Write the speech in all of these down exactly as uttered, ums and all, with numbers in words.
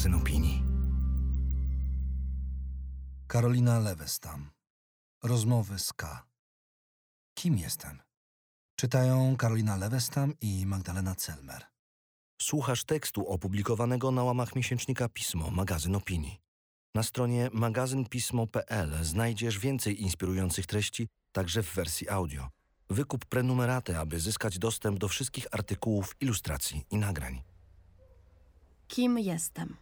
Magazyn Opinii. Karolina Lewestam. Rozmowy z K. Kim jestem? Czytają Karolina Lewestam i Magdalena Celmer. Słuchasz tekstu opublikowanego na łamach miesięcznika Pismo, Magazyn Opinii. Na stronie magazyn pismo kropka p l znajdziesz więcej inspirujących treści, także w wersji audio. Wykup prenumeratę, aby zyskać dostęp do wszystkich artykułów, ilustracji i nagrań. Kim jestem?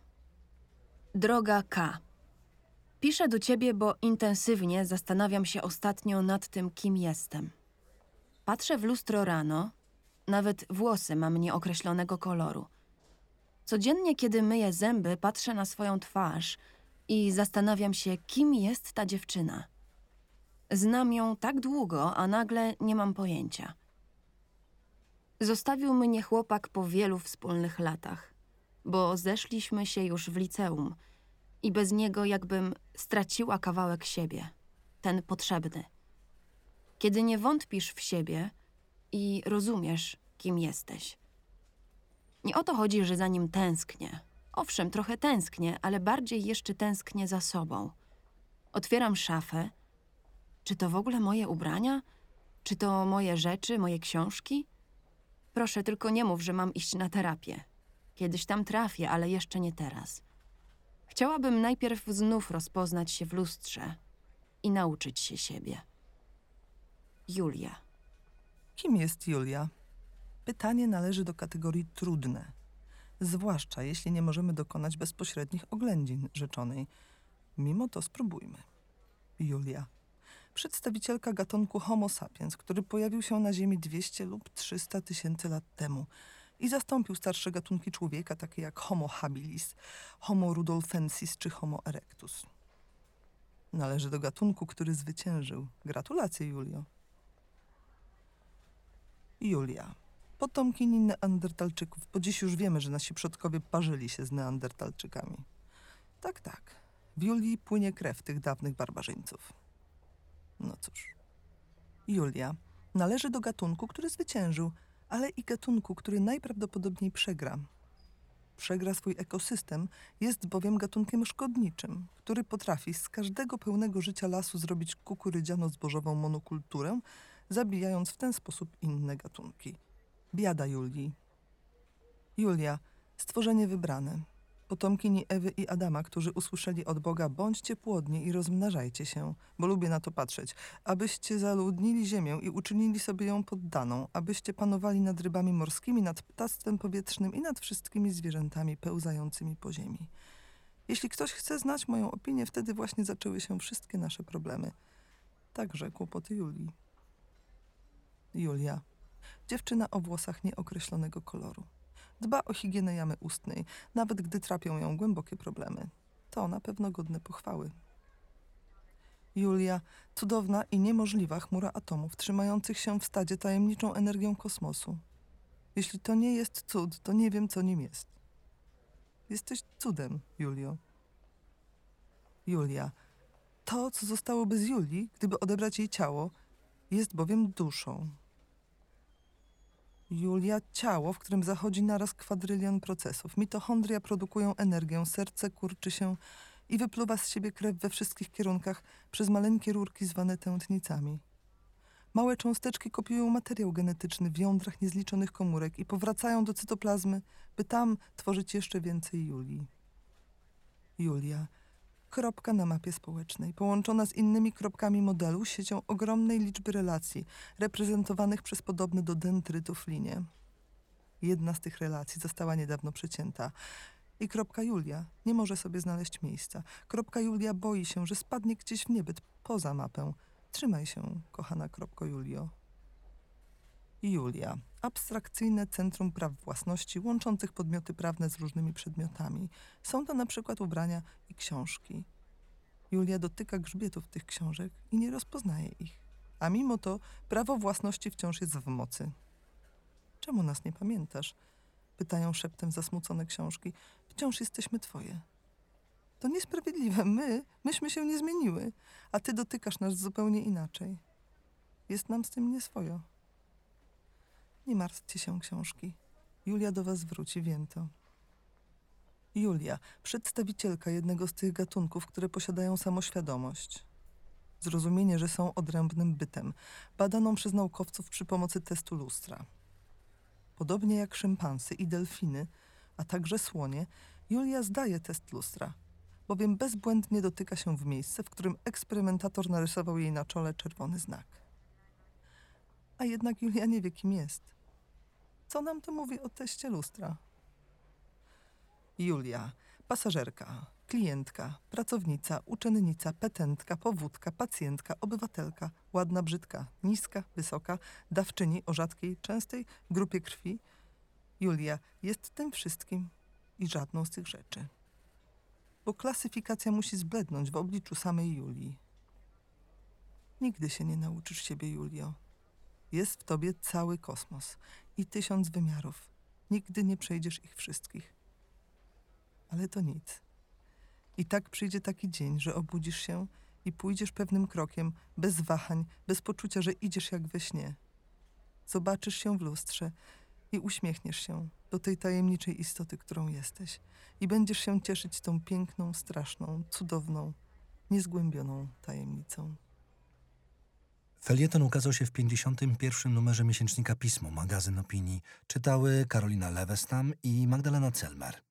Droga K. Piszę do ciebie, bo intensywnie zastanawiam się ostatnio nad tym, kim jestem. Patrzę w lustro rano, nawet włosy mam nieokreślonego koloru. Codziennie, kiedy myję zęby, patrzę na swoją twarz i zastanawiam się, kim jest ta dziewczyna. Znam ją tak długo, a nagle nie mam pojęcia. Zostawił mnie chłopak po wielu wspólnych latach, bo zeszliśmy się już w liceum i bez niego jakbym straciła kawałek siebie, ten potrzebny. Kiedy nie wątpisz w siebie i rozumiesz, kim jesteś. Nie o to chodzi, że za nim tęsknię. Owszem, trochę tęsknię, ale bardziej jeszcze tęsknię za sobą. Otwieram szafę. Czy to w ogóle moje ubrania? Czy to moje rzeczy, moje książki? Proszę, tylko nie mów, że mam iść na terapię. Kiedyś tam trafię, ale jeszcze nie teraz. Chciałabym najpierw znów rozpoznać się w lustrze i nauczyć się siebie. Julia. Kim jest Julia? Pytanie należy do kategorii trudne, zwłaszcza jeśli nie możemy dokonać bezpośrednich oględzin rzeczonej. Mimo to spróbujmy. Julia. Przedstawicielka gatunku Homo sapiens, który pojawił się na Ziemi dwieście lub trzysta tysięcy lat temu i zastąpił starsze gatunki człowieka, takie jak Homo habilis, Homo rudolfensis czy Homo erectus. Należy do gatunku, który zwyciężył. Gratulacje, Julio. Julia. Potomkini neandertalczyków, bo dziś już wiemy, że nasi przodkowie parzyli się z neandertalczykami. Tak, tak. W Julii płynie krew tych dawnych barbarzyńców. No cóż. Julia należy do gatunku, który zwyciężył, ale i gatunku, który najprawdopodobniej przegra. Przegra swój ekosystem, jest bowiem gatunkiem szkodniczym, który potrafi z każdego pełnego życia lasu zrobić kukurydziano-zbożową monokulturę, zabijając w ten sposób inne gatunki. Biada Julii. Julia, stworzenie wybrane. Potomkini Ewy i Adama, którzy usłyszeli od Boga: bądźcie płodni i rozmnażajcie się, bo lubię na to patrzeć, abyście zaludnili ziemię i uczynili sobie ją poddaną, abyście panowali nad rybami morskimi, nad ptactwem powietrznym i nad wszystkimi zwierzętami pełzającymi po ziemi. Jeśli ktoś chce znać moją opinię, wtedy właśnie zaczęły się wszystkie nasze problemy. Także kłopoty Julii. Julia. Dziewczyna o włosach nieokreślonego koloru. Dba o higienę jamy ustnej, nawet gdy trapią ją głębokie problemy. To na pewno godne pochwały. Julia, cudowna i niemożliwa chmura atomów, trzymających się w stadzie tajemniczą energią kosmosu. Jeśli to nie jest cud, to nie wiem, co nim jest. Jesteś cudem, Julio. Julia, to, co zostałoby z Julii, gdyby odebrać jej ciało, jest bowiem duszą. Julia, ciało, w którym zachodzi naraz kwadrylion procesów. Mitochondria produkują energię, serce kurczy się i wypluwa z siebie krew we wszystkich kierunkach przez maleńkie rurki zwane tętnicami. Małe cząsteczki kopiują materiał genetyczny w jądrach niezliczonych komórek i powracają do cytoplazmy, by tam tworzyć jeszcze więcej Julii. Julia, kropka na mapie społecznej, połączona z innymi kropkami modelu siecią ogromnej liczby relacji, reprezentowanych przez podobne do dendrytów linie. Jedna z tych relacji została niedawno przecięta i kropka Julia nie może sobie znaleźć miejsca. Kropka Julia boi się, że spadnie gdzieś w niebyt, poza mapę. Trzymaj się, kochana kropko Julio. Julia. Abstrakcyjne centrum praw własności łączących podmioty prawne z różnymi przedmiotami. Są to na przykład ubrania i książki. Julia dotyka grzbietów tych książek i nie rozpoznaje ich. A mimo to prawo własności wciąż jest w mocy. Czemu nas nie pamiętasz? Pytają szeptem zasmucone książki. Wciąż jesteśmy twoje. To niesprawiedliwe. My, myśmy się nie zmieniły, a ty dotykasz nas zupełnie inaczej. Jest nam z tym nieswojo. Nie martwcie się, książki. Julia do was wróci, wiem to. Julia, przedstawicielka jednego z tych gatunków, które posiadają samoświadomość. Zrozumienie, że są odrębnym bytem, badaną przez naukowców przy pomocy testu lustra. Podobnie jak szympansy i delfiny, a także słonie, Julia zdaje test lustra, bowiem bezbłędnie dotyka się w miejsce, w którym eksperymentator narysował jej na czole czerwony znak. A jednak Julia nie wie, kim jest. Co nam to mówi o teście lustra? Julia, pasażerka, klientka, pracownica, uczennica, petentka, powódka, pacjentka, obywatelka, ładna, brzydka, niska, wysoka, dawczyni o rzadkiej, częstej grupie krwi. Julia jest tym wszystkim i żadną z tych rzeczy. Bo klasyfikacja musi zblednąć w obliczu samej Julii. Nigdy się nie nauczysz siebie, Julio. Jest w tobie cały kosmos i tysiąc wymiarów. Nigdy nie przejdziesz ich wszystkich. Ale to nic. I tak przyjdzie taki dzień, że obudzisz się i pójdziesz pewnym krokiem, bez wahań, bez poczucia, że idziesz jak we śnie. Zobaczysz się w lustrze i uśmiechniesz się do tej tajemniczej istoty, którą jesteś. I będziesz się cieszyć tą piękną, straszną, cudowną, niezgłębioną tajemnicą. Felieton ukazał się w pięćdziesiątym pierwszym numerze miesięcznika Pismo, magazyn opinii. Czytały Karolina Lewestam i Magdalena Celmer.